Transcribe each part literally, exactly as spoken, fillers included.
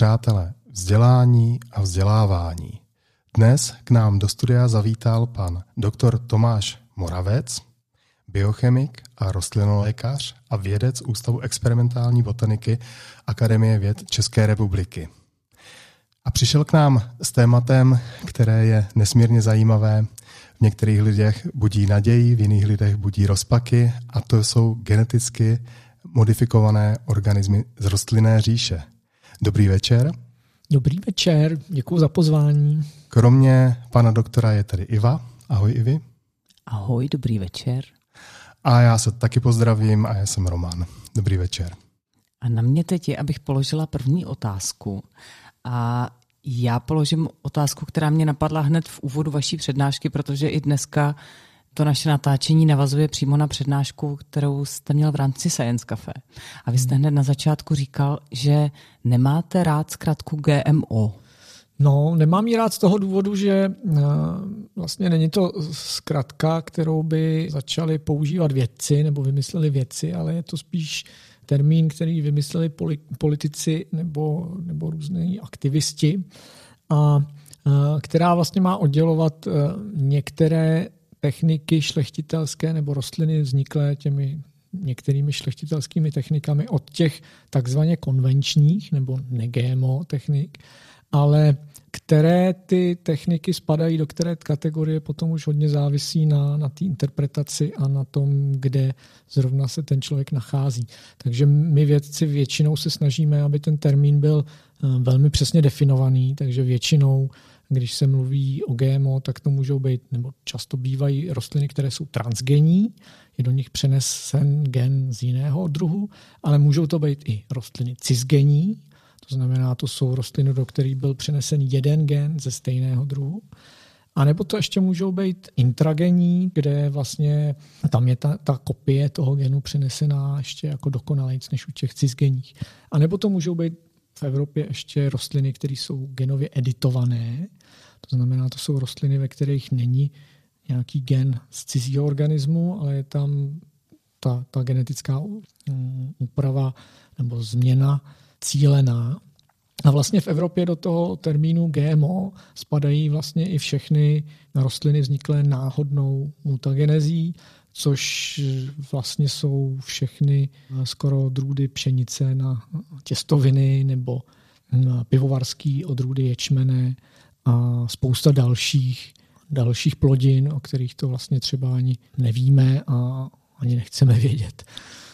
přátelé, vzdělání a vzdělávání. Dnes k nám do studia zavítal pan doktor Tomáš Moravec, biochemik a rostlinolékař a vědec Ústavu experimentální botaniky Akademie věd České republiky. A přišel k nám s tématem, které je nesmírně zajímavé. V některých lidech budí naději, v jiných lidech budí rozpaky, a to jsou geneticky modifikované organismy z rostlinné říše. Dobrý večer. Dobrý večer, děkuji za pozvání. Kromě pana doktora je tady Iva. Ahoj Ivi. Ahoj, dobrý večer. A já se taky pozdravím a já jsem Roman. Dobrý večer. A na mě teď je, abych položila první otázku. A já položím otázku, která mě napadla hned v úvodu vaší přednášky, protože i dneska to naše natáčení navazuje přímo na přednášku, kterou jste měl v rámci Science Café. A vy jste hned na začátku říkal, že nemáte rád zkratku G M O. No, nemám ji rád z toho důvodu, že vlastně není to zkratka, kterou by začali používat vědci nebo vymysleli vědci, ale je to spíš termín, který vymysleli politici nebo, nebo různí aktivisti, a která vlastně má oddělovat některé techniky šlechtitelské nebo rostliny vzniklé těmi některými šlechtitelskými technikami od těch takzvaně konvenčních nebo ne-G M O technik, ale které ty techniky spadají do které kategorie, potom už hodně závisí na, na té interpretaci a na tom, kde zrovna se ten člověk nachází. Takže my vědci většinou se snažíme, aby ten termín byl velmi přesně definovaný, takže většinou, když se mluví o G M O, tak to můžou být, nebo často bývají rostliny, které jsou transgenní, je do nich přenesen gen z jiného druhu, ale můžou to být i rostliny cisgenní. To znamená, to jsou rostliny, do kterých byl přenesen jeden gen ze stejného druhu. A nebo to ještě můžou být intragenní, kde vlastně tam je ta, ta kopie toho genu přenesená ještě jako dokonalejc než u těch cisgenních. A nebo to můžou být v Evropě ještě rostliny, které jsou genově editované. To znamená, to jsou rostliny, ve kterých není nějaký gen z cizího organismu, ale je tam ta, ta genetická úprava nebo změna cílená. A vlastně v Evropě do toho termínu G M O spadají vlastně i všechny rostliny vzniklé náhodnou mutagenezí, což vlastně jsou všechny skoro odrůdy pšenice na těstoviny nebo na pivovarský odrůdy ječmene a spousta dalších, dalších plodin, o kterých to vlastně třeba ani nevíme a ani nechceme vědět.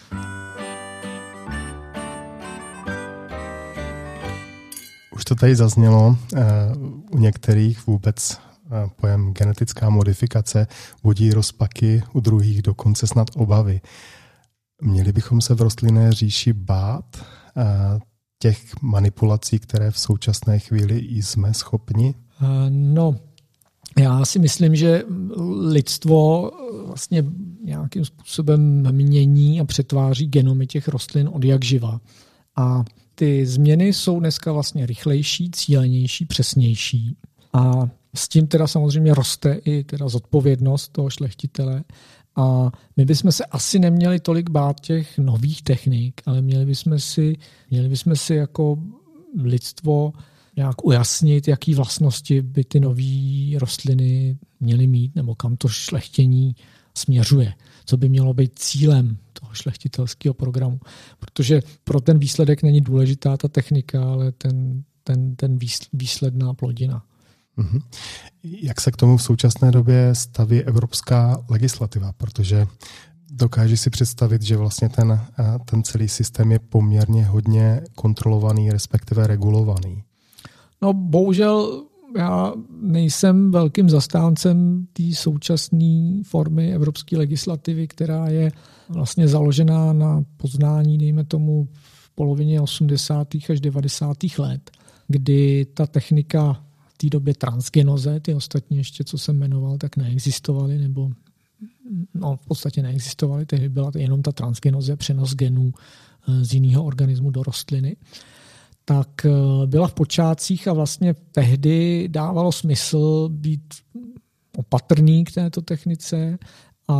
Už to tady zaznělo, u některých vůbec pojem genetická modifikace budí rozpaky, u druhých dokonce snad obavy. Měli bychom se v rostlinné říši bát těch manipulací, které v současné chvíli jsme schopni? No, já si myslím, že lidstvo vlastně nějakým způsobem mění a přetváří genomy těch rostlin od jak živa. A ty změny jsou dneska vlastně rychlejší, cílenější, přesnější. A s tím teda samozřejmě roste i teda zodpovědnost toho šlechtitele. A my bychom se asi neměli tolik bát těch nových technik, ale měli bychom si, měli bychom si jako lidstvo nějak ujasnit, jaký vlastnosti by ty nové rostliny měly mít, nebo kam to šlechtění směřuje, co by mělo být cílem toho šlechtitelského programu. Protože pro ten výsledek není důležitá ta technika, ale ten, ten, ten výsledná plodina. Mm-hmm. Jak se k tomu v současné době staví evropská legislativa? Protože dokážu si představit, že vlastně ten, ten celý systém je poměrně hodně kontrolovaný, respektive regulovaný. No bohužel já nejsem velkým zastáncem té současné formy evropské legislativy, která je vlastně založená na poznání, dejme tomu, v polovině osmdesátých až devadesátých let, kdy ta technika v té době transgenoze, ty ostatní ještě, co jsem jmenoval, tak neexistovaly, nebo no, v podstatě neexistovaly, tehdy byla to jenom ta transgenoze, přenos genů z jiného organismu do rostliny, tak byla v počátcích a vlastně tehdy dávalo smysl být opatrný k této technice a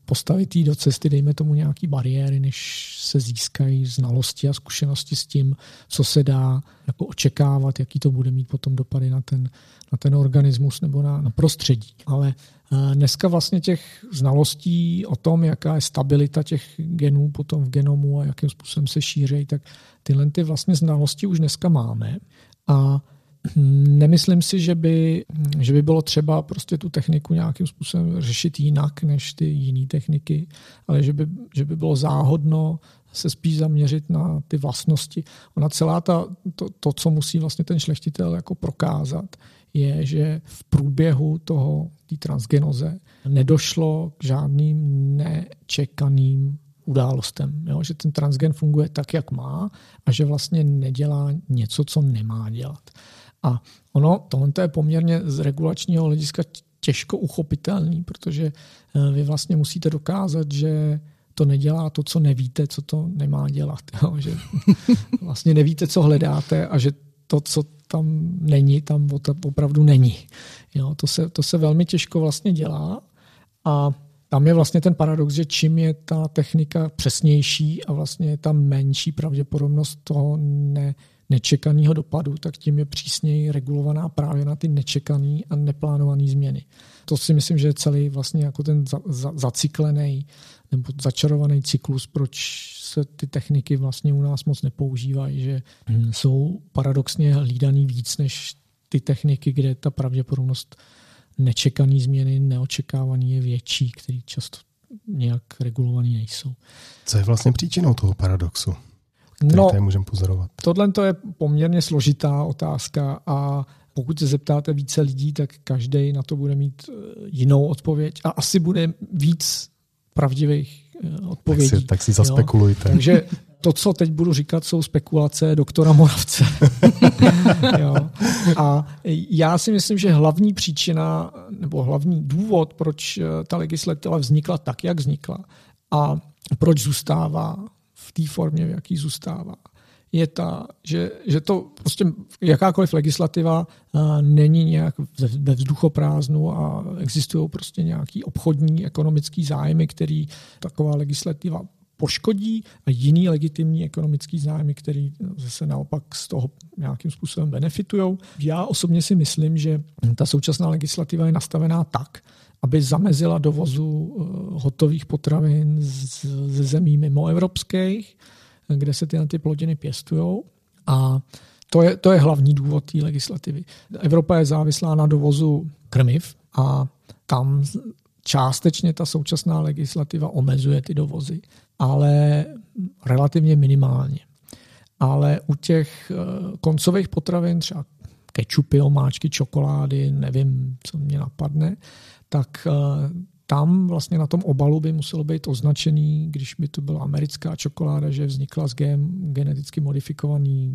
postavit jí do cesty, dejme tomu nějaký bariéry, než se získají znalosti a zkušenosti s tím, co se dá jako očekávat, jaký to bude mít potom dopady na ten, na ten organismus nebo na, na prostředí. Ale dneska vlastně těch znalostí o tom, jaká je stabilita těch genů potom v genomu a jakým způsobem se šíří, tak tyhle ty vlastně znalosti už dneska máme. A nemyslím si, že by, že by bylo třeba prostě tu techniku nějakým způsobem řešit jinak než ty jiné techniky, ale že by, že by bylo záhodno se spíš zaměřit na ty vlastnosti. Ona celá ta, to, to, co musí vlastně ten šlechtitel jako prokázat, je, že v průběhu toho, té transgenoze nedošlo k žádným nečekaným událostem. Jo? Že ten transgen funguje tak, jak má a že vlastně nedělá něco, co nemá dělat. A ono, tohle je poměrně z regulačního hlediska těžko uchopitelný, protože vy vlastně musíte dokázat, že to nedělá to, co nevíte, co to nemá dělat. Jo? Že vlastně nevíte, co hledáte a že to, co tam není, tam opravdu není. Jo? To se, to se velmi těžko vlastně dělá a tam je vlastně ten paradox, že čím je ta technika přesnější a vlastně je tam menší pravděpodobnost toho ne, nečekaného dopadu, tak tím je přísněji regulovaná právě na ty nečekané a neplánované změny. To si myslím, že je celý vlastně jako ten za, za, zacyklený nebo začarovaný cyklus, proč se ty techniky vlastně u nás moc nepoužívají, že jsou paradoxně hlídaný víc než ty techniky, kde ta pravděpodobnost nečekaný změny, neočekávaný je větší, který často nějak regulovaný nejsou. Co je vlastně příčinou toho paradoxu, který no, tady můžeme pozorovat? Tohle je poměrně složitá otázka a pokud se zeptáte více lidí, tak každý na to bude mít jinou odpověď a asi bude víc pravdivých odpovědí. Tak si, tak si zaspekulujte. Jo? Takže to, co teď budu říkat, jsou spekulace doktora Moravce. Jo. A já si myslím, že hlavní příčina nebo hlavní důvod, proč ta legislativa vznikla tak, jak vznikla a proč zůstává v té formě, v jaký zůstává, je ta, že, že to prostě jakákoliv legislativa uh, není nějak ve vzduchoprázdnu a existují prostě nějaký obchodní, ekonomický zájmy, který taková legislativa poškodí a jiný legitimní ekonomický zájmy, který zase naopak z toho nějakým způsobem benefitujou. Já osobně si myslím, že ta současná legislativa je nastavená tak, aby zamezila dovozu hotových potravin ze zemí mimo evropských, kde se tyhle ty plodiny pěstujou. A to je, to je hlavní důvod té legislativy. Evropa je závislá na dovozu krmiv a tam částečně ta současná legislativa omezuje ty dovozy, ale relativně minimálně. Ale u těch koncových potravin, třeba kečupy, omáčky, čokolády, nevím, co mě napadne, tak tam vlastně na tom obalu by muselo být označený, když by to byla americká čokoláda, že vznikla z gen, geneticky modifikovaný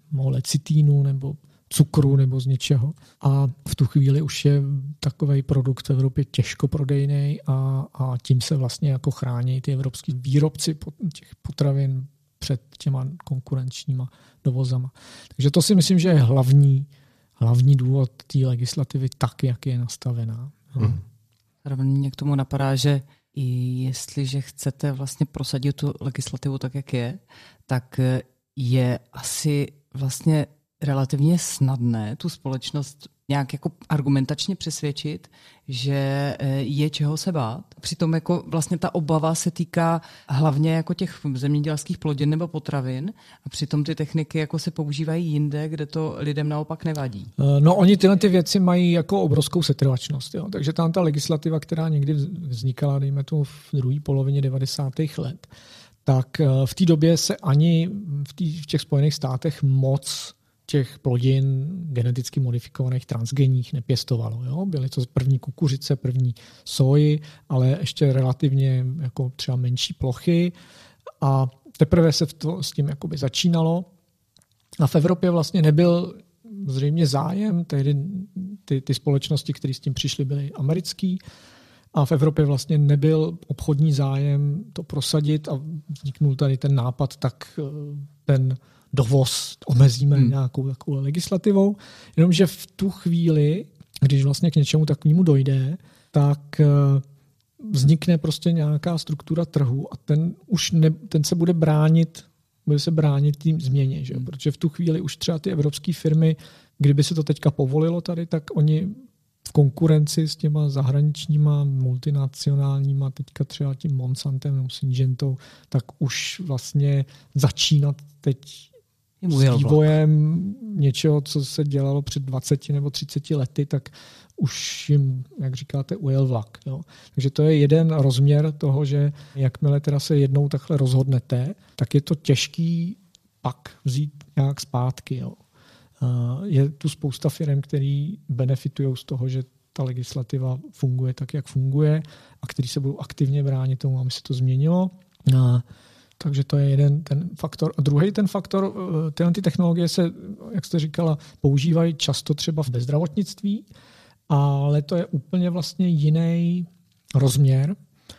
lecitínu nebo cukru nebo z něčeho. A v tu chvíli už je takový produkt v Evropě těžko prodejný a, a tím se vlastně jako chrání ty evropský výrobci těch potravin před těma konkurenčníma dovozama. Takže to si myslím, že je hlavní, hlavní důvod té legislativy tak, jak je nastavená. Hmm. Zároveň mě k tomu napadá, že i jestliže chcete vlastně prosadit tu legislativu tak, jak je, tak je asi vlastně relativně snadné tu společnost nějak jako argumentačně přesvědčit, že je čeho se bát. Přitom jako vlastně ta obava se týká hlavně jako těch zemědělských plodin nebo potravin a přitom ty techniky jako se používají jinde, kde to lidem naopak nevadí. No oni tyhle ty věci mají jako obrovskou setrvačnost. Jo? Takže tam ta legislativa, která někdy vznikala, dejme tomu v druhé polovině devadesátých let, tak v té době se ani v, tý, v těch Spojených státech moc těch plodin geneticky modifikovaných transgenních nepěstovalo. Jo? Byly to první kukuřice, první soji, ale ještě relativně jako třeba menší plochy a teprve se v to, s tím jakoby začínalo. A v Evropě vlastně nebyl zřejmě zájem, tehdy ty, ty společnosti, které s tím přišly, byly americký a v Evropě vlastně nebyl obchodní zájem to prosadit a vzniknul tady ten nápad, tak ten dovoz omezíme hmm. nějakou takovou legislativou, jenomže v tu chvíli, když vlastně k něčemu takovému dojde, tak vznikne prostě nějaká struktura trhu a ten už ne, ten se bude bránit, bude se bránit tím změně, že? Protože v tu chvíli už třeba ty evropské firmy, kdyby se to teďka povolilo tady, tak oni v konkurenci s těma zahraničníma, multinacionálníma, teďka třeba tím Monsantem nebo Syngentou, tak už vlastně začínat teď s vývojem něčeho, co se dělalo před dvaceti nebo třiceti lety, tak už jim, jak říkáte, ujel vlak. Jo. Takže to je jeden rozměr toho, že jakmile teda se jednou takhle rozhodnete, tak je to těžký pak vzít nějak zpátky. Jo. Je tu spousta firm, který benefitují z toho, že ta legislativa funguje tak, jak funguje a který se budou aktivně bránit tomu, aby se to změnilo. Takže to je jeden ten faktor. A druhý ten faktor, tyhle ty technologie se, jak jste říkala, používají často třeba v zdravotnictví, ale to je úplně vlastně jiný rozměr,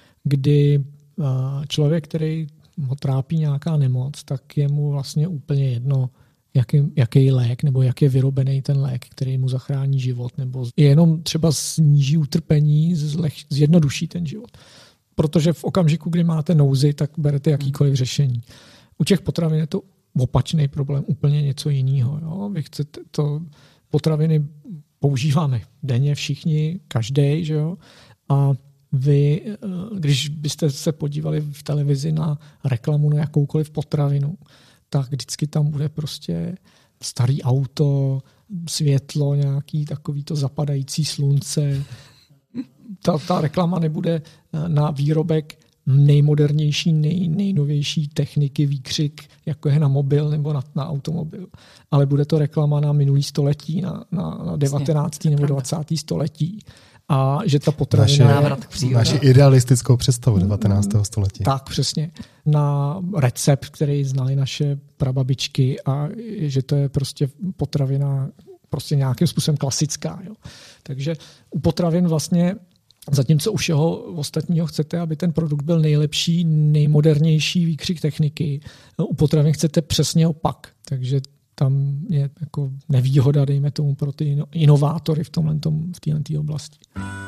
kdy člověk, který ho trápí nějaká nemoc, tak je mu vlastně úplně jedno, jaký, jaký lék nebo jak je vyrobený ten lék, který mu zachrání život, nebo jenom třeba sníží utrpení, zjednoduší ten život. Protože v okamžiku, kdy máte nouzi, tak berete jakýkoliv řešení. U těch potravin je to opačný problém, úplně něco jiného. Jo? Vy chcete to, potraviny používáme denně všichni, každý, že jo? A vy, když byste se podívali v televizi na reklamu na jakoukoliv potravinu, tak vždycky tam bude prostě starý auto, světlo, nějaký takový to zapadající slunce. Ta, ta reklama nebude na výrobek nejmodernější, nej, nejnovější techniky, výkřik, jako je na mobil nebo na, na automobil. Ale bude to reklama na minulý století, na, na, na devatenácté nebo dvacáté století. A že ta potravina... Naši, naši idealistickou představu devatenáctého století. Tak, přesně. Na recept, který znali naše prababičky a že to je prostě potravina prostě nějakým způsobem klasická. Jo. Takže u potravin vlastně zatímco u všeho ostatního chcete, aby ten produkt byl nejlepší, nejmodernější výkřik techniky, u potravin chcete přesně opak. Takže tam je jako nevýhoda, dejme tomu, pro ty inovátory v tomhle v této oblasti.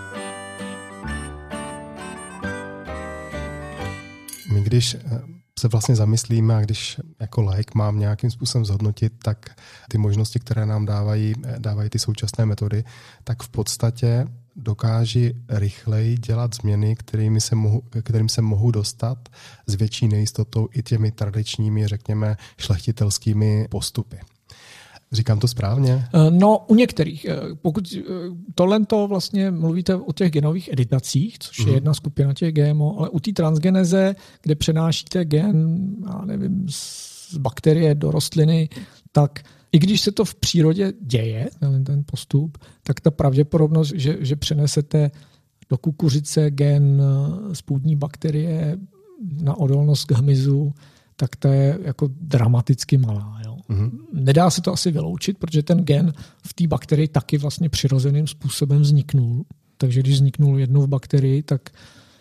My když se vlastně zamyslíme a když jako laik mám nějakým způsobem zhodnotit, tak ty možnosti, které nám dávají, dávají ty současné metody, tak v podstatě dokáží rychleji dělat změny, kterými se mohu, kterým se mohou dostat s větší nejistotou i těmi tradičními, řekněme, šlechtitelskými postupy. Říkám to správně? No, u některých. Pokud tohle to vlastně mluvíte o těch genových editacích, což je mm. jedna skupina těch G M O, ale u té transgeneze, kde přenášíte gen, já nevím, z bakterie do rostliny, tak i když se to v přírodě děje, ten postup, tak ta pravděpodobnost, že, že přenesete do kukuřice gen z půdní bakterie na odolnost k hmyzu, tak to je jako dramaticky malá. Jo. Mm-hmm. Nedá se to asi vyloučit, protože ten gen v té bakterii taky vlastně přirozeným způsobem vzniknul. Takže když vzniknul jednou v bakterii, tak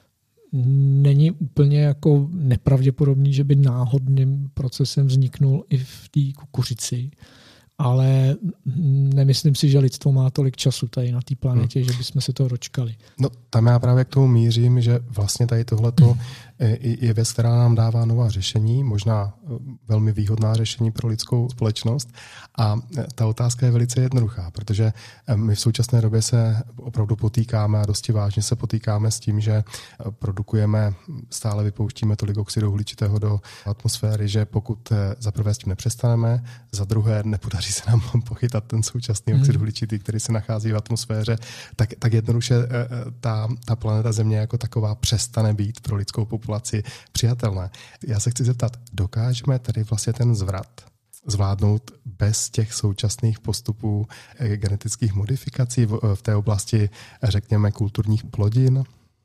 není úplně jako nepravděpodobný, že by náhodným procesem vzniknul i v té kukuřici. Ale nemyslím si, že lidstvo má tolik času tady na té planetě, hmm. že bychom se toho dočkali. No, tam já právě k tomu mířím, že vlastně tady tohleto je věc, která nám dává nová řešení, možná velmi výhodná řešení pro lidskou společnost. A ta otázka je velice jednoduchá, protože my v současné době se opravdu potýkáme a dosti vážně se potýkáme s tím, že produkujeme, stále vypouštíme tolik oxidu uhličitého do atmosféry, že pokud za prvé s tím nepřestaneme, za druhé nepodaří se nám pochytat ten současný oxid uhličitý, který se nachází v atmosféře, tak, tak jednoduše ta, ta planeta Země jako taková přestane být pro lidskou populaci přijatelná. Já se chci zeptat, dokážeme tady vlastně ten zvrat zvládnout bez těch současných postupů genetických modifikací v, v té oblasti, řekněme, kulturních plodin?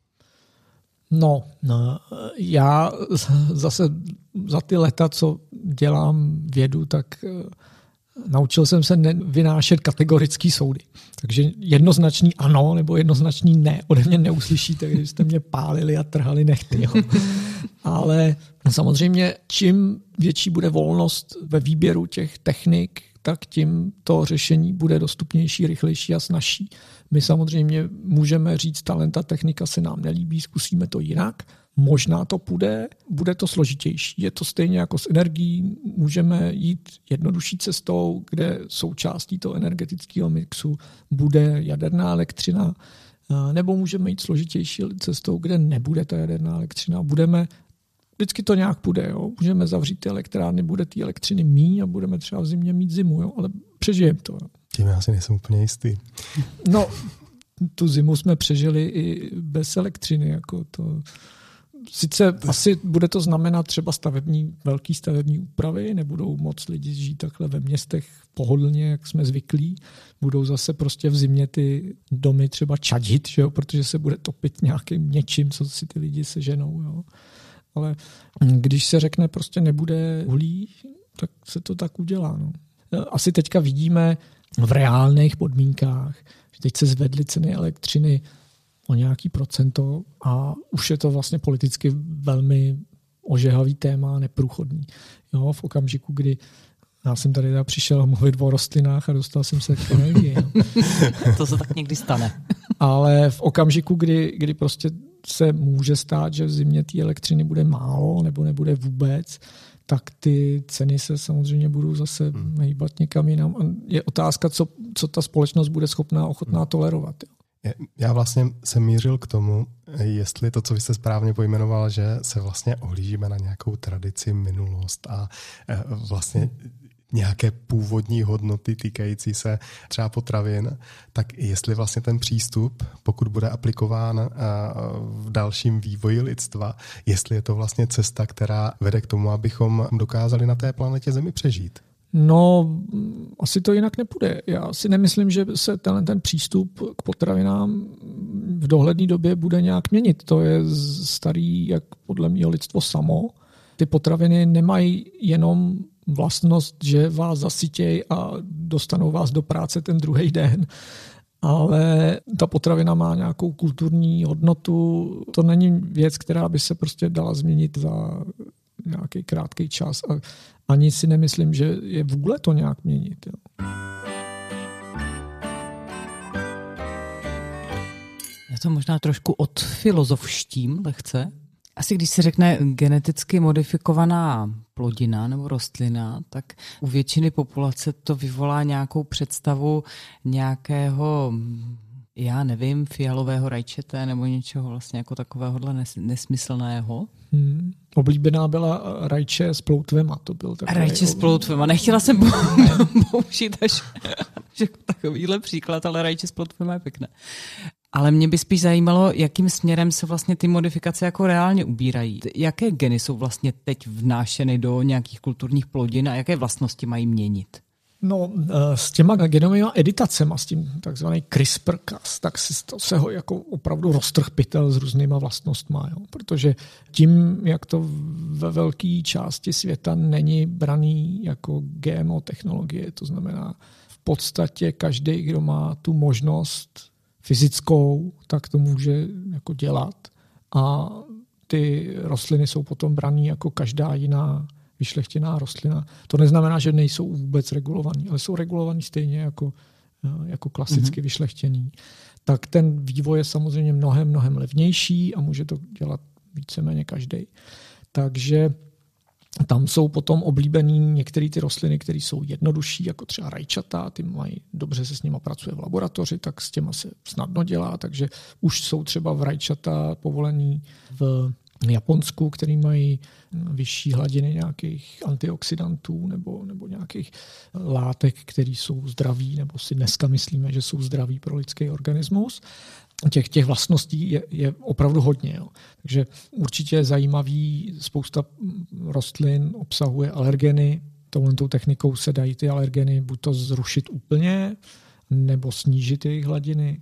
No, no, já zase za ty leta, co dělám vědu, tak naučil jsem se vynášet kategorický soudy. Takže jednoznačný ano nebo jednoznačný ne. Ode mě neuslyšíte, když jste mě pálili a trhali nechty. Jo. Ale samozřejmě, čím větší bude volnost ve výběru těch technik, tak tím to řešení bude dostupnější, rychlejší a snazší. My samozřejmě můžeme říct, talenta technika se nám nelíbí, zkusíme to jinak. Možná to půjde, bude to složitější. Je to stejně jako s energií, můžeme jít jednodušší cestou, kde součástí toho energetického mixu bude jaderná elektřina, nebo můžeme jít složitější cestou, kde nebude ta jaderná elektřina. Budeme, vždycky to nějak půjde, jo? Můžeme zavřít ty elektrárny, bude ty elektřiny míň a budeme třeba v zimě mít zimu, jo? Ale přežijeme to. Jo? Tím já si nejsem úplně jistý. No, tu zimu jsme přežili i bez elektřiny, jako to... Sice asi bude to znamenat třeba stavební, velký stavební úpravy, nebudou moc lidi žít takhle ve městech pohodlně, jak jsme zvyklí. Budou zase prostě v zimě ty domy třeba čadit, že jo? Protože se bude topit nějakým něčím, co si ty lidi seženou. Jo? Ale když se řekne prostě nebude uhlí, tak se to tak udělá. No. Asi teďka vidíme v reálných podmínkách, že teď se zvedly ceny elektřiny o nějaký procento a už je to vlastně politicky velmi ožehavý téma, neprůchodný. Jo, v okamžiku, kdy já jsem tady přišel mluvit o rostlinách a dostal jsem se k energii. To se tak někdy stane. Ale v okamžiku, kdy, kdy prostě se může stát, že v zimě té elektřiny bude málo nebo nebude vůbec, tak ty ceny se samozřejmě budou zase hmm. hýbat někam jinam. Je otázka, co, co ta společnost bude schopná, ochotná hmm. tolerovat. Jo. Já vlastně jsem mířil k tomu, jestli to, co vy jste správně pojmenoval, že se vlastně ohlížíme na nějakou tradici, minulost a vlastně nějaké původní hodnoty týkající se třeba potravin, tak jestli vlastně ten přístup, pokud bude aplikován v dalším vývoji lidstva, jestli je to vlastně cesta, která vede k tomu, abychom dokázali na té planetě Zemi přežít. No, asi to jinak nepůjde. Já si nemyslím, že se tenhle ten přístup k potravinám v dohledné době bude nějak měnit. To je starý, jak podle mého lidstvo samo. Ty potraviny nemají jenom vlastnost, že vás zasytějí a dostanou vás do práce ten druhý den, ale ta potravina má nějakou kulturní hodnotu. To není věc, která by se prostě dala změnit za nějaký krátký čas a ani si nemyslím, že je vůle to nějak měnit. Jo. Já to možná trošku odfilozofštím lehce. Asi když se řekne geneticky modifikovaná plodina nebo rostlina, tak u většiny populace to vyvolá nějakou představu nějakého, já nevím, fialového rajčete nebo něčeho vlastně jako takovéhohle nesmyslného. Hmm. Oblíbená byla rajče s ploutvema. To byl takový rajče s ploutvema. Nechtěla jsem použít až, až takovýhle příklad, ale rajče s ploutvema je pěkné. Ale mě by spíš zajímalo, jakým směrem se vlastně ty modifikace jako reálně ubírají. Jaké geny jsou vlastně teď vnášeny do nějakých kulturních plodin a jaké vlastnosti mají měnit? No, s těma genovými editacema, s tím takzvaný CRISPR-Cas, tak se ho jako opravdu roztrh pytel s různýma vlastnostma. Jo? Protože tím, jak to ve velké části světa není braný jako G M O technologie, to znamená v podstatě každý, kdo má tu možnost fyzickou, tak to může jako dělat. A ty rostliny jsou potom braný jako každá jiná vyšlechtěná rostlina. To neznamená, že nejsou vůbec regulovaný, ale jsou regulovaný stejně jako, jako klasicky mm-hmm. vyšlechtěný. Tak ten vývoj je samozřejmě mnohem, mnohem levnější a může to dělat víceméně každý. Takže tam jsou potom oblíbený některé ty rostliny, které jsou jednodušší, jako třeba rajčata, ty mají, dobře se s nimi pracuje v laboratoři, tak s těma se snadno dělá, takže už jsou třeba v rajčata povolený v Japonsku, který mají vyšší hladiny nějakých antioxidantů nebo, nebo nějakých látek, které jsou zdraví, nebo si dneska myslíme, že jsou zdraví pro lidský organismus. Těch, těch vlastností je, je opravdu hodně. Jo. Takže určitě je zajímavý, spousta rostlin obsahuje alergeny. Touhletou technikou se dají ty alergeny buď to zrušit úplně, nebo snížit jejich hladiny.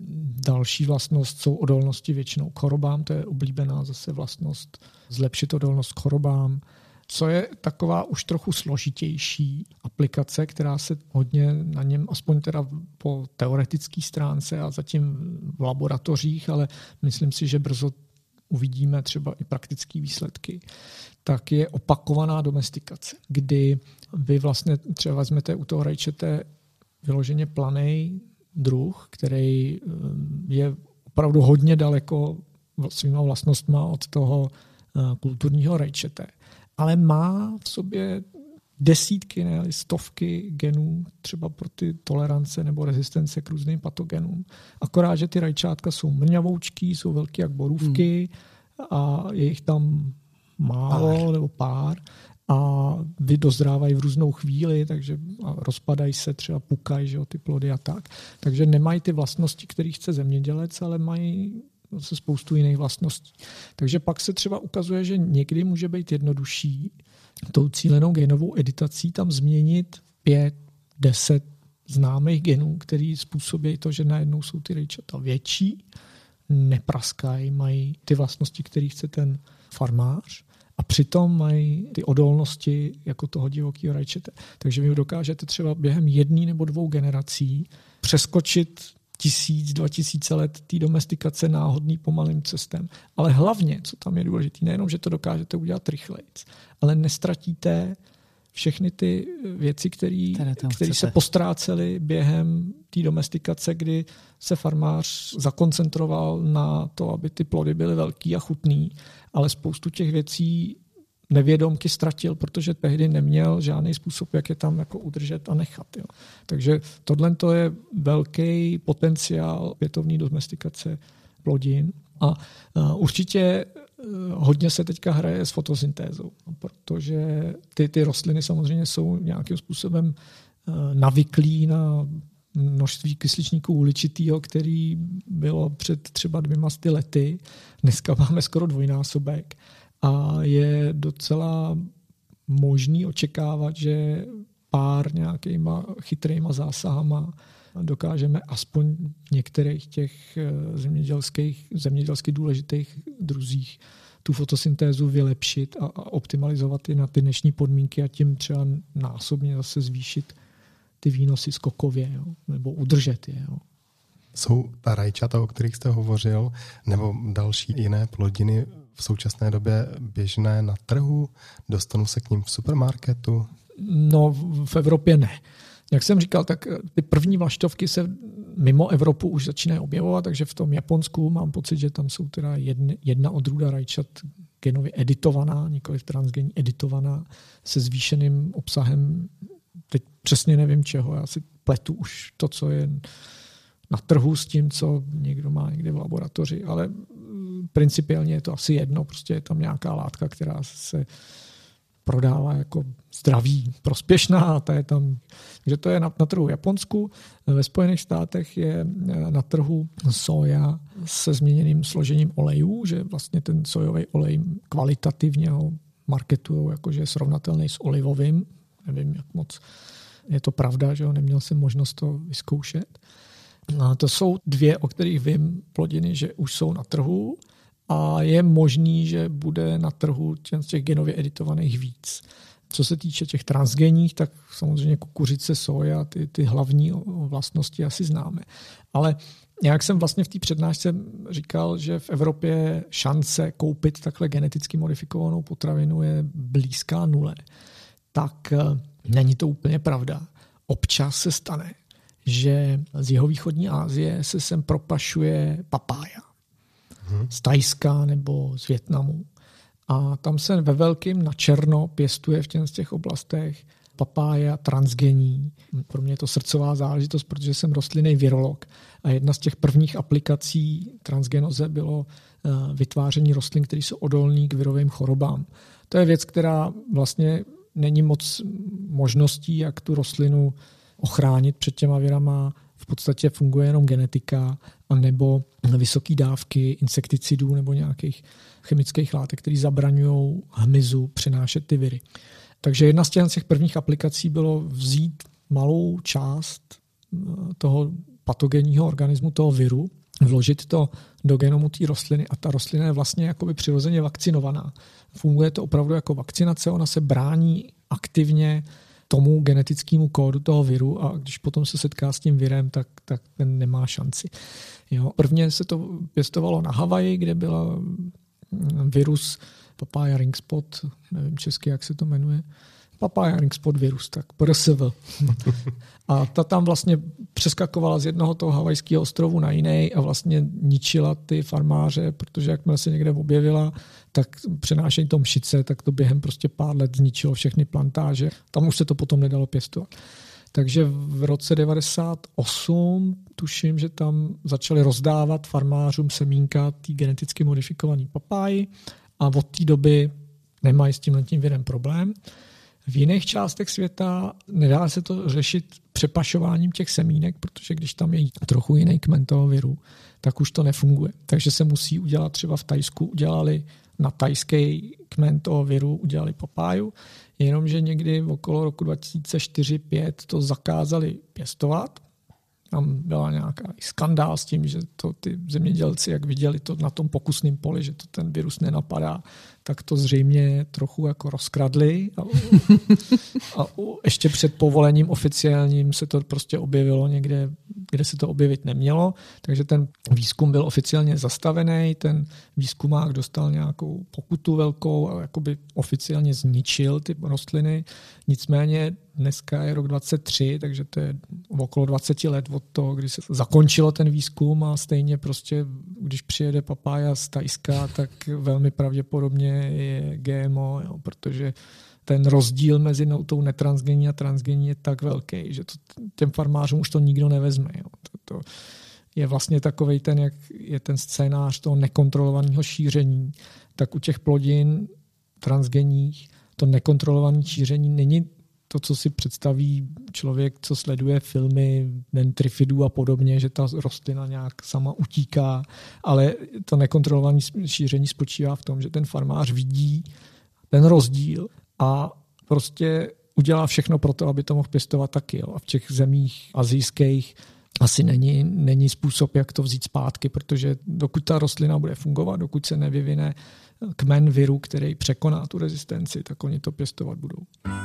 Další vlastnost jsou odolnosti většinou k chorobám, to je oblíbená zase vlastnost zlepšit odolnost k chorobám. Co je taková už trochu složitější aplikace, která se hodně na něm, aspoň teda po teoretické stránce a zatím v laboratořích, ale myslím si, že brzo uvidíme třeba i praktické výsledky, tak je opakovaná domestikace, kdy vy vlastně třeba vezmete u toho rajčete vyloženě planej druh, který je opravdu hodně daleko svýma vlastnostma od toho kulturního rajčete. Ale má v sobě desítky, ne, stovky genů třeba pro ty tolerance nebo rezistence k různým patogenům. Akorát, že ty rajčátka jsou mrňavoučký, jsou velký jak borůvky hmm. a je jich tam málo pár. nebo pár a vy dozrávají v různou chvíli, takže rozpadají se, třeba pukají, že jo, ty plody a tak. Takže nemají ty vlastnosti, které chce zemědělec, ale mají se spoustu jiných vlastností. Takže pak se třeba ukazuje, že někdy může být jednodušší tou cílenou genovou editací tam změnit pět, deset známých genů, který způsobí to, že najednou jsou ty rajčata větší, nepraskají, mají ty vlastnosti, které chce ten farmář a přitom mají ty odolnosti jako toho divokého rajčete. Takže vy dokážete třeba během jedné nebo dvou generací přeskočit tisíc, dva tisíce let té domestikace náhodný pomalým cestem. Ale hlavně, co tam je důležité, nejenom, že to dokážete udělat rychlejc, ale nestratíte všechny ty věci, které se postrácely během té domestikace, kdy se farmář zakoncentroval na to, aby ty plody byly velký a chutný, ale spoustu těch věcí nevědomky ztratil, protože tehdy neměl žádný způsob, jak je tam jako udržet a nechat. Jo. Takže tohle je velký potenciál opětovné domestikace plodin. A určitě hodně se teďka hraje s fotosyntézou, protože ty, ty rostliny samozřejmě jsou nějakým způsobem navyklý na množství kysličníku uhličitýho, který bylo před třeba dvěma sty lety. Dneska máme skoro dvojnásobek. A je docela možný očekávat, že pár nějakýma chytrýma zásahama dokážeme aspoň v některých těch zemědělských, zemědělsky důležitých druzích tu fotosyntézu vylepšit a, a optimalizovat i na ty dnešní podmínky a tím třeba násobně zase zvýšit ty výnosy skokově, jo, nebo udržet je. Jo. Jsou ta rajčata, o kterých jste hovořil, nebo další jiné plodiny v současné době běžné na trhu? Dostanu se k nim v supermarketu? No, v Evropě ne. Jak jsem říkal, tak ty první vlaštovky se mimo Evropu už začínají objevovat, takže v tom Japonsku mám pocit, že tam jsou teda jedna, jedna odrůda rajčat genově editovaná, nikoliv transgenní editovaná, se zvýšeným obsahem, teď přesně nevím čeho, já si pletu už to, co je na trhu s tím, co někdo má někde v laboratoři, ale principiálně je to asi jedno, prostě je tam nějaká látka, která se prodává jako zdraví, prospěšná a ta je tam. Takže to je na, na trhu Japonsku. Ve Spojených státech je na trhu soja se změněným složením olejů, že vlastně ten sojový olej kvalitativně ho marketují, jakože je srovnatelný s olivovým. Nevím, jak moc je to pravda, že ho neměl jsem možnost to vyzkoušet. A to jsou dvě, o kterých vím, plodiny, že už jsou na trhu a je možný, že bude na trhu z těch genově editovaných víc. Co se týče těch transgenních, tak samozřejmě kukuřice, soja, ty, ty hlavní vlastnosti asi známe. Ale jak jsem vlastně v té přednášce říkal, že v Evropě šance koupit takhle geneticky modifikovanou potravinu je blízká nule, tak není to úplně pravda. Občas se stane, že z jihovýchodní Asie se sem propašuje papája. Hmm. Z Thajska nebo z Vietnamu. A tam se ve velkým na černo pěstuje v těch, těch oblastech papája transgenní. Pro mě je to srdcová záležitost, protože jsem rostlinný virolog. A jedna z těch prvních aplikací transgenoze bylo vytváření rostlin, které jsou odolné k virovým chorobám. To je věc, která vlastně není moc možností, jak tu rostlinu ochránit před těma virama. V podstatě funguje jenom genetika nebo vysoké dávky insekticidů nebo nějakých chemických látek, které zabraňují hmyzu přenášet ty viry. Takže jedna z těch prvních aplikací bylo vzít malou část toho patogenního organismu, toho viru, vložit to do genomu té rostliny a ta rostlina je vlastně jakoby přirozeně vakcinovaná. Funguje to opravdu jako vakcinace, ona se brání aktivně tomu genetickému kódu toho viru a když potom se setká s tím virem, tak, tak ten nemá šanci. Jo. Prvně se to pěstovalo na Havaji, kde byla virus papaya ring spot, nevím česky, jak se to jmenuje, Papaya ring spot virus, tak P R S V. A ta tam vlastně přeskakovala z jednoho toho havajského ostrovu na jiný a vlastně ničila ty farmáře, protože jakmile se někde objevila, tak přenášení toho mšice, tak to během prostě pár let zničilo všechny plantáže. Tam už se to potom nedalo pěstovat. Takže v roce devadesát osm tuším, že tam začali rozdávat farmářům semínka té geneticky modifikované papáji a od té doby nemají s tímhletím virem problém. V jiných částech světa nedá se to řešit přepašováním těch semínek, protože když tam je trochu jiný kmen toho viru, tak už to nefunguje. Takže se musí udělat, třeba v Thajsku udělali na thajský kmen toho viru, udělali papáju, jenomže někdy okolo roku dva tisíce čtyři pět to zakázali pěstovat. Tam byla nějaká skandál s tím, že to ty zemědělci, jak viděli to na tom pokusném poli, že to ten virus nenapadá, tak to zřejmě trochu jako rozkradli. A, a ještě před povolením oficiálním se to prostě objevilo někde, kde se to objevit nemělo. Takže ten výzkum byl oficiálně zastavený, ten výzkumák dostal nějakou pokutu velkou a jakoby oficiálně zničil ty rostliny. Nicméně dneska je rok dvacet tři, takže to je okolo dvacet let od toho, kdy se zakončilo ten výzkum a stejně prostě, když přijede papája z Thajska, tak velmi pravděpodobně je G M O, jo, protože ten rozdíl mezi tou netransgenní a transgenní je tak velký, že to těm farmářům už to nikdo nevezme. Jo. To, to je vlastně takovej ten, jak je ten scénář toho nekontrolovaného šíření, tak u těch plodin transgenních to nekontrolované šíření není to, co si představí člověk, co sleduje filmy Nentrifidů a podobně, že ta rostlina nějak sama utíká, ale to nekontrolované šíření spočívá v tom, že ten farmář vidí ten rozdíl a prostě udělá všechno pro to, aby to mohl pěstovat taky. Jo. A v těch zemích asijských asi není, není způsob, jak to vzít zpátky, protože dokud ta rostlina bude fungovat, dokud se nevyvine kmen viru, který překoná tu rezistenci, tak oni to pěstovat budou.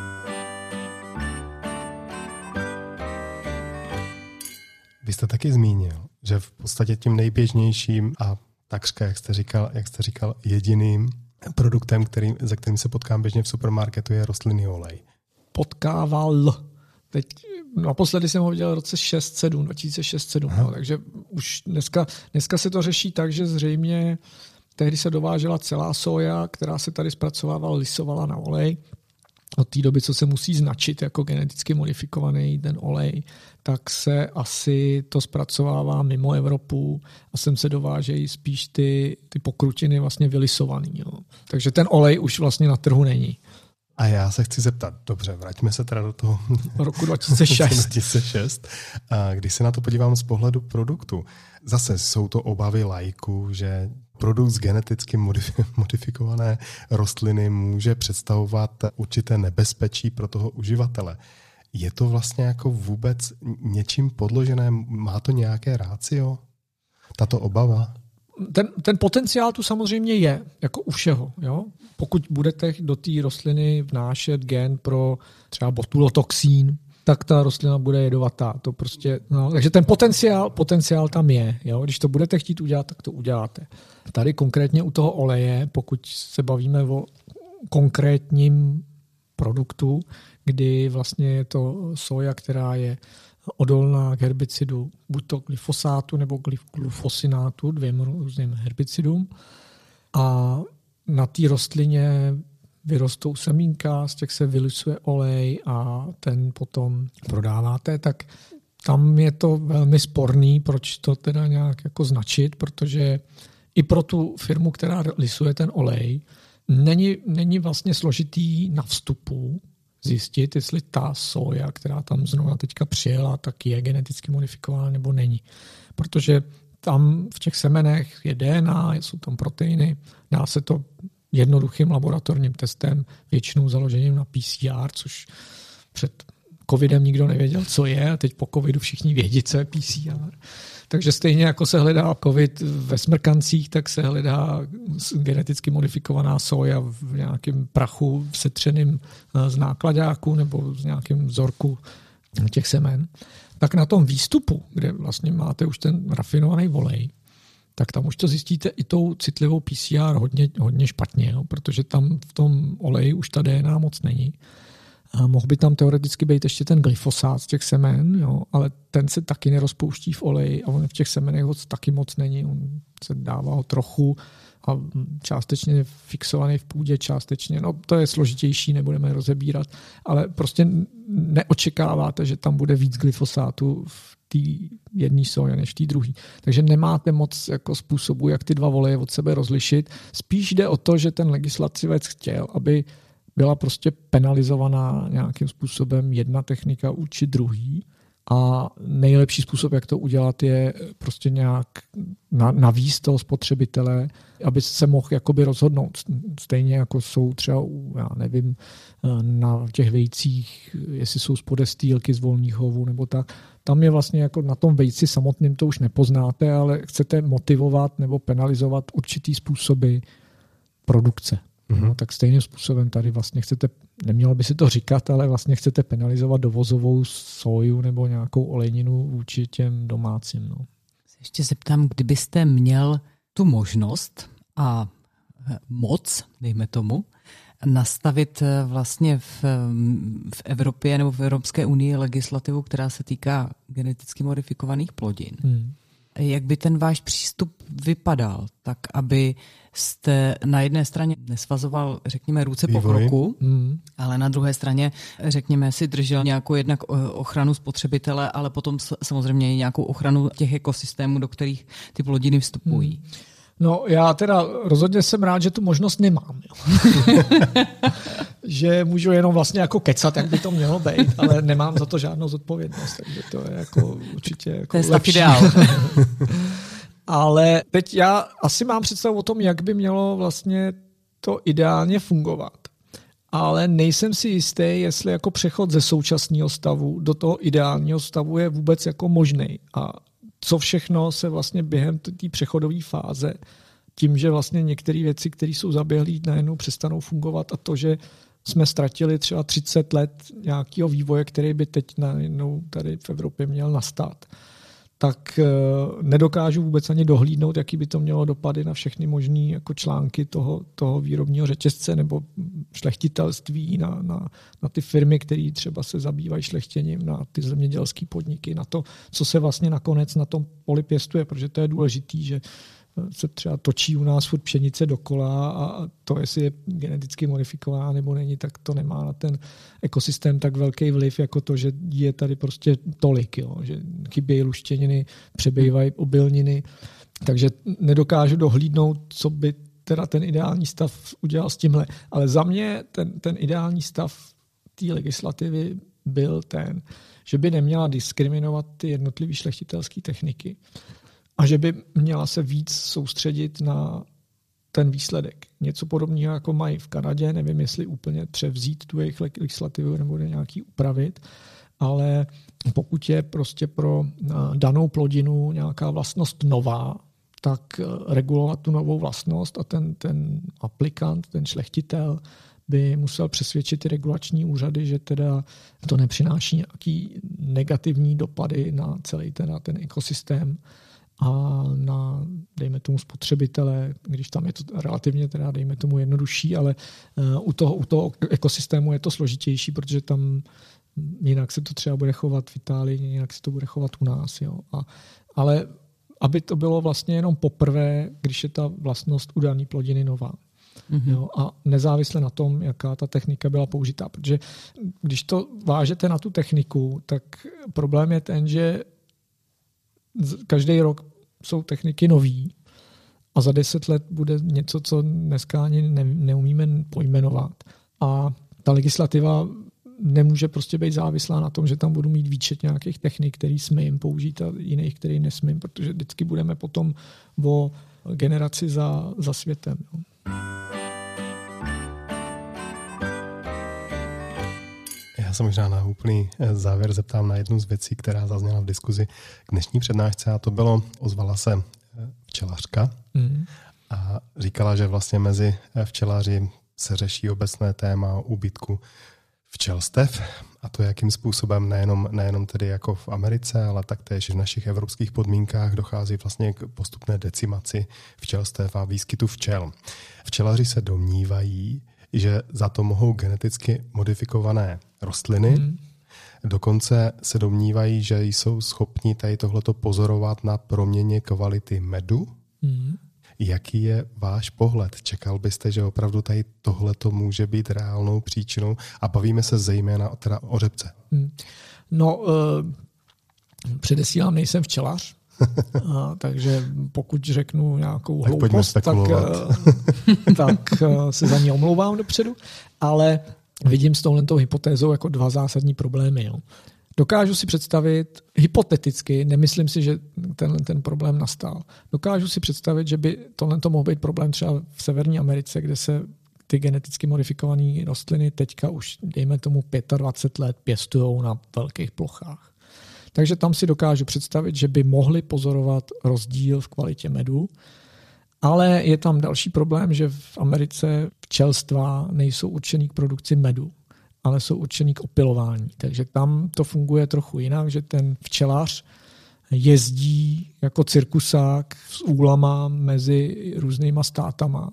Vy jste taky zmínil, že v podstatě tím nejběžnějším a takřka, jak jste říkal, jak jste říkal, jediným produktem, který, za kterým se potkám běžně v supermarketu, je rostlinný olej. Potkával. Teď naposledy jsem ho viděl v roce šest sedm, dva tisíce šest sedm, no, takže už dneska, dneska se to řeší tak, že zřejmě tehdy se dovážela celá soja, která se tady zpracovávala, lisovala na olej. Od té doby, co se musí značit jako geneticky modifikovaný ten olej, tak se asi to zpracovává mimo Evropu a sem se dovážejí spíš ty, ty pokrutiny vlastně vylisovaný. Jo. Takže ten olej už vlastně na trhu není. A já se chci zeptat, dobře, vraťme se teda do toho roku dva tisíce šest. dva tisíce šest. A když se na to podívám z pohledu produktu, zase jsou to obavy laiků, že produkt z geneticky modifikované rostliny může představovat určité nebezpečí pro toho uživatele. Je to vlastně jako vůbec něčím podložené? Má to nějaké rácio? Tato obava? Ten, ten potenciál tu samozřejmě je, jako u všeho. Jo? Pokud budete do té rostliny vnášet gen pro třeba botulotoxín, tak ta rostlina bude jedovatá. To prostě, no, takže ten potenciál, potenciál tam je. Jo? Když to budete chtít udělat, tak to uděláte. Tady konkrétně u toho oleje, pokud se bavíme o konkrétním produktu, kdy vlastně je to soja, která je odolná k herbicidu, buď to glyfosátu nebo glufosinátu, dvěma různým herbicidům. A na té rostlině vyrostou semínka, z těch se vylisuje olej a ten potom prodáváte, tak tam je to velmi sporný, proč to teda nějak jako značit, protože i pro tu firmu, která lisuje ten olej, není, není vlastně složitý na vstupu zjistit, jestli ta soja, která tam znovu teďka přijela, tak je geneticky modifikovaná nebo není. Protože tam v těch semenech je D N A, jsou tam proteiny, dá se to jednoduchým laboratorním testem, většinou založením na P C R, což před covidem nikdo nevěděl, co je, a teď po covidu všichni vědí, co je P C R. Takže stejně jako se hledá covid ve smrkancích, tak se hledá geneticky modifikovaná soja v nějakém prachu setřeným z nákladáku nebo z nějakém vzorku těch semen. Tak na tom výstupu, kde vlastně máte už ten rafinovaný olej, tak tam už to zjistíte i tou citlivou P C R hodně, hodně špatně, jo, protože tam v tom oleji už ta D N A moc není. A mohl by tam teoreticky být ještě ten glyfosát z těch semen, jo, ale ten se taky nerozpouští v oleji a on v těch semenech ho taky moc není. On se dává ho trochu a částečně fixovaný v půdě, částečně, no to je složitější, nebudeme rozebírat, ale prostě neočekáváte, že tam bude víc glyfosátu v té jedné soje než v té druhé. Takže nemáte moc jako způsobu, jak ty dva oleje od sebe rozlišit. Spíš jde o to, že ten legislativec chtěl, aby byla prostě penalizovaná nějakým způsobem jedna technika vůči druhý. A nejlepší způsob, jak to udělat, je prostě nějak navíc toho spotřebitele, aby se mohl jakoby rozhodnout. Stejně jako jsou třeba, já nevím, na těch vejcích, jestli jsou z podestýlky, z volných chovů nebo tak. Tam je vlastně jako na tom vejci samotným to už nepoznáte, ale chcete motivovat nebo penalizovat určitý způsoby produkce. Mm-hmm. No, tak stejným způsobem tady vlastně chcete, nemělo by se to říkat, ale vlastně chcete penalizovat dovozovou soju nebo nějakou olejninu vůči těm domácím. No. Ještě zeptám, kdybyste měl tu možnost a moc, dejme tomu, nastavit vlastně v, v Evropě nebo v Evropské unii legislativu, která se týká geneticky modifikovaných plodin. Hmm. Jak by ten váš přístup vypadal, tak aby jste na jedné straně nesvazoval, řekněme, ruce pokroku, mm. ale na druhé straně, řekněme, si držel nějakou jednak ochranu spotřebitele, ale potom samozřejmě i nějakou ochranu těch ekosystémů, do kterých ty plodiny vstupují. Mm. No já teda rozhodně jsem rád, že tu možnost nemám. Jo. Že můžu jenom vlastně jako kecat, jak by to mělo být, ale nemám za to žádnou zodpovědnost, takže to je jako určitě jako to je lepší. Ideál. Ale teď já asi mám představu o tom, jak by mělo vlastně to ideálně fungovat. Ale nejsem si jistý, jestli jako přechod ze současného stavu do toho ideálního stavu je vůbec jako možný. A co všechno se vlastně během té přechodové fáze, tím, že vlastně některé věci, které jsou zaběhlé, najednou přestanou fungovat a to, že jsme ztratili třeba třicet let nějakého vývoje, který by teď najednou tady v Evropě měl nastat, tak nedokážu vůbec ani dohlídnout, jaký by to mělo dopady na všechny možné jako články toho, toho výrobního řetězce nebo šlechtitelství, na, na, na ty firmy, které třeba se zabývají šlechtěním, na ty zemědělské podniky, na to, co se vlastně nakonec na tom poli pěstuje, protože to je důležitý, že se třeba točí u nás furt pšenice dokola a to, jestli je geneticky modifikovaná nebo není, tak to nemá na ten ekosystém tak velký vliv, jako to, že je tady prostě tolik, jo, že chybějí luštěniny, přebývají obilniny, takže nedokážu dohlídnout, co by teda ten ideální stav udělal s tímhle. Ale za mě ten, ten ideální stav té legislativy byl ten, že by neměla diskriminovat ty jednotlivé šlechtitelské techniky, a že by měla se víc soustředit na ten výsledek. Něco podobného, jako mají v Kanadě, nevím, jestli úplně převzít tu jejich legislativu nebo nějaký upravit, ale pokud je prostě pro danou plodinu nějaká vlastnost nová, tak regulovat tu novou vlastnost a ten, ten aplikant, ten šlechtitel by musel přesvědčit ty regulační úřady, že teda to nepřináší nějaký negativní dopady na celý ten, na ten ekosystém a na, dejme tomu, spotřebitele, když tam je to relativně teda, dejme tomu, jednodušší, ale uh, u, toho, u toho ekosystému je to složitější, protože tam jinak se to třeba bude chovat v Itálii, jinak se to bude chovat u nás. Jo. A, ale aby to bylo vlastně jenom poprvé, když je ta vlastnost u dané plodiny nová. Mm-hmm. Jo, a nezávisle na tom, jaká ta technika byla použitá. Protože když to vážete na tu techniku, tak problém je ten, že každý rok jsou techniky nový a za deset let bude něco, co dneska ani ne, neumíme pojmenovat. A ta legislativa nemůže prostě být závislá na tom, že tam budu mít výčet nějakých technik, který smím použít a jiných, který nesmím, protože vždycky budeme potom o generaci za, za světem. No. Já se možná na úplný závěr zeptám na jednu z věcí, která zazněla v diskuzi k dnešní přednášce, a to bylo, ozvala se včelařka mm. a říkala, že vlastně mezi včelaři se řeší obecné téma úbytku včelstev, a to jakým způsobem nejenom, nejenom tedy jako v Americe, ale taktéž v našich evropských podmínkách dochází vlastně k postupné decimaci včelstev a výskytu včel. Včelaři se domnívají, že za to mohou geneticky modifikované rostliny. Hmm. Dokonce se domnívají, že jsou schopni tady tohleto pozorovat na proměně kvality medu. Hmm. Jaký je váš pohled? Čekal byste, že opravdu tady tohleto může být reálnou příčinou? A bavíme se zejména teda o řepce. Hmm. No, uh, předesílám, nejsem včelař, uh, takže pokud řeknu nějakou tak hloupost, tak, uh, tak uh, se za ní omlouvám dopředu, ale vidím s touhletou hypotézou jako dva zásadní problémy. Jo. Dokážu si představit, hypoteticky, nemyslím si, že ten, ten problém nastal, dokážu si představit, že by tohle mohl být problém třeba v Severní Americe, kde se ty geneticky modifikované rostliny teďka už, dejme tomu, dvacet pět let pěstujou na velkých plochách. Takže tam si dokážu představit, že by mohli pozorovat rozdíl v kvalitě medu, ale je tam další problém, že v Americe včelstva nejsou určený k produkci medu, ale jsou určený k opilování. Takže tam to funguje trochu jinak, že ten včelař jezdí jako cirkusák s úlama mezi různýma státama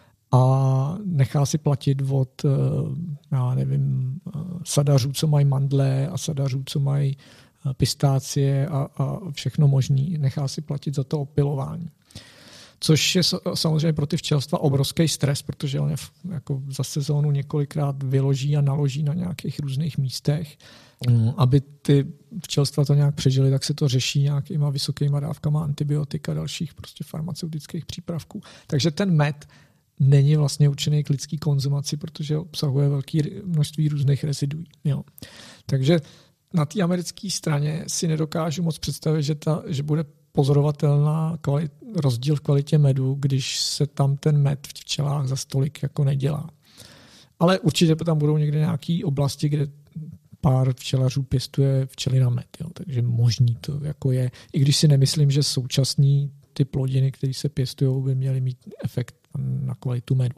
a nechá si platit od, já nevím, sadařů, co mají mandle a sadařů, co mají pistácie a, a všechno možný. Nechá si platit za to opilování. Což je samozřejmě pro ty včelstva obrovský stres, protože on je jako za sezónu několikrát vyloží a naloží na nějakých různých místech. Aby ty včelstva to nějak přežily, tak se to řeší nějakýma vysokýma dávkama antibiotika a dalších prostě farmaceutických přípravků. Takže ten med není vlastně určený k lidský konzumaci, protože obsahuje velké množství různých reziduí. Jo. Takže na té americké straně si nedokážu moc představit, že, ta, že bude pozorovatelná kvalit, rozdíl v kvalitě medu, když se tam ten med v včelách za stolik jako nedělá. Ale určitě tam budou někde nějaké oblasti, kde pár včelařů pěstuje včely na med. Jo. Takže možný to jako je. I když si nemyslím, že současný ty plodiny, které se pěstují, by měly mít efekt na kvalitu medu.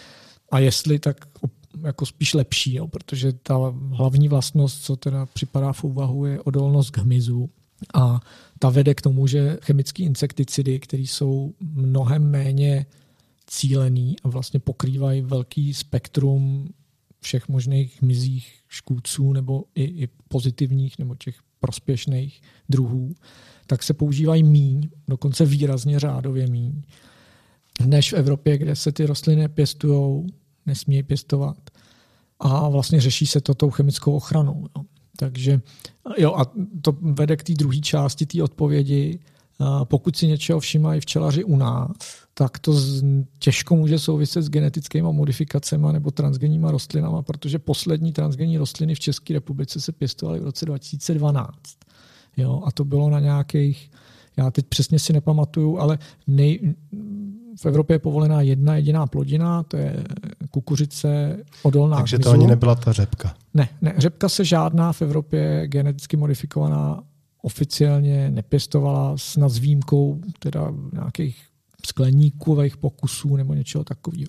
A jestli, tak jako spíš lepší, jo, protože ta hlavní vlastnost, co teda připadá v úvahu, je odolnost k hmyzu. A ta vede k tomu, že chemické insekticidy, které jsou mnohem méně cílený a vlastně pokrývají velký spektrum všech možných hmyzích škůdců nebo i, i pozitivních nebo těch prospěšných druhů, tak se používají míň, dokonce výrazně řádově míň, než v Evropě, kde se ty rostliny pěstujou, nesmějí pěstovat. A vlastně řeší se to tou chemickou ochranou. Jo. Takže jo, a to vede k té druhé části té odpovědi. Pokud si něčeho všimají včelaři u nás, tak to těžko může souviset s genetickými modifikacemi nebo transgenníma rostlinama, protože poslední transgenní rostliny v České republice se pěstovaly v roce dva tisíce dvanáct. Jo, a to bylo na nějakých, já teď přesně si nepamatuju, ale nej, v Evropě je povolená jedna jediná plodina, to je kukuřice odolná. Takže hmyzu. To ani nebyla ta řepka. Ne, ne, řepka se žádná v Evropě geneticky modifikovaná oficiálně nepěstovala, snad s výjimkou teda nějakých skleníkových pokusů nebo něčeho takového.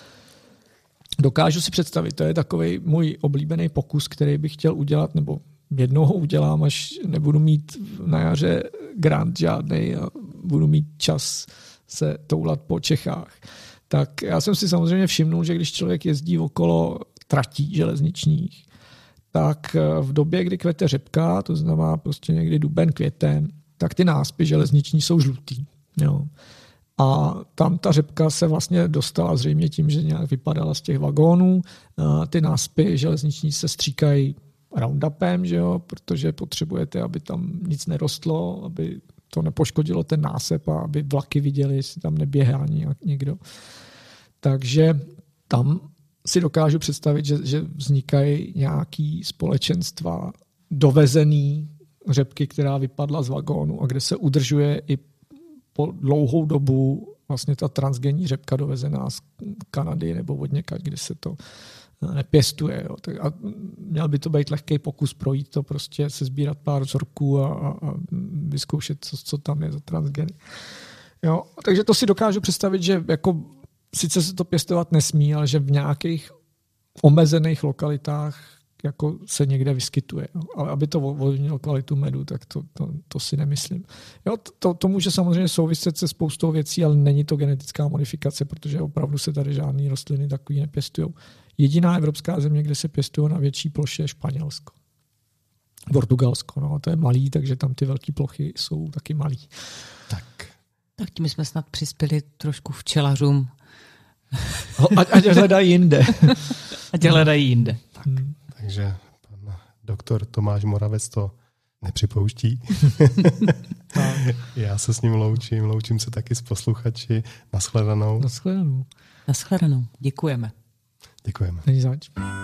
Dokážu si představit, to je takový můj oblíbený pokus, který bych chtěl udělat, nebo jednou ho udělám, až nebudu mít na jaře grant žádnej a budu mít čas se toulat po Čechách. Tak já jsem si samozřejmě všimnul, že když člověk jezdí okolo tratí železničních, tak v době, kdy kvete řepka, to znamená prostě někdy duben, květen, tak ty náspy železniční jsou žlutý. Jo. A tam ta řepka se vlastně dostala zřejmě tím, že nějak vypadala z těch vagónů. Ty náspy železniční se stříkají Roundupem, že jo, protože potřebujete, aby tam nic nerostlo, aby to nepoškodilo ten násep a aby vlaky viděli, jestli tam neběhá někdo. Takže tam si dokážu představit, že, že vznikají nějaký společenstva dovezený řepky, která vypadla z vagónu a kde se udržuje i po dlouhou dobu vlastně ta transgenní řepka dovezená z Kanady nebo od někaď, kde se to nepěstuje. Jo. Tak a měl by to být lehký pokus projít to, prostě se sbírat pár vzorků a, a, a vyzkoušet, co, co tam je za transgeny. Jo. Takže to si dokážu představit, že jako sice se to pěstovat nesmí, ale že v nějakých omezených lokalitách jako se někde vyskytuje. No. Ale aby to ovlivnilo kvalitu medu, tak to, to, to si nemyslím. Jo, to, to může samozřejmě souviset se spoustou věcí, ale není to genetická modifikace, protože opravdu se tady žádné rostliny takový nepěstují. Jediná evropská země, kde se pěstují na větší ploše, je Španělsko. Portugalsko, no, to je malý, takže tam ty velké plochy jsou taky malý. Tak. Tak tím jsme snad přispěli trošku včelařům. Ať, ať hledají jinde. Ať hledají jinde. Tak. Hmm. Takže pan doktor Tomáš Moravec to nepřipouští. Já se s ním loučím, loučím se taky s posluchači. Nashledanou. Nashledanou. Nashledanou. Děkujeme. Děkujeme. Není zač.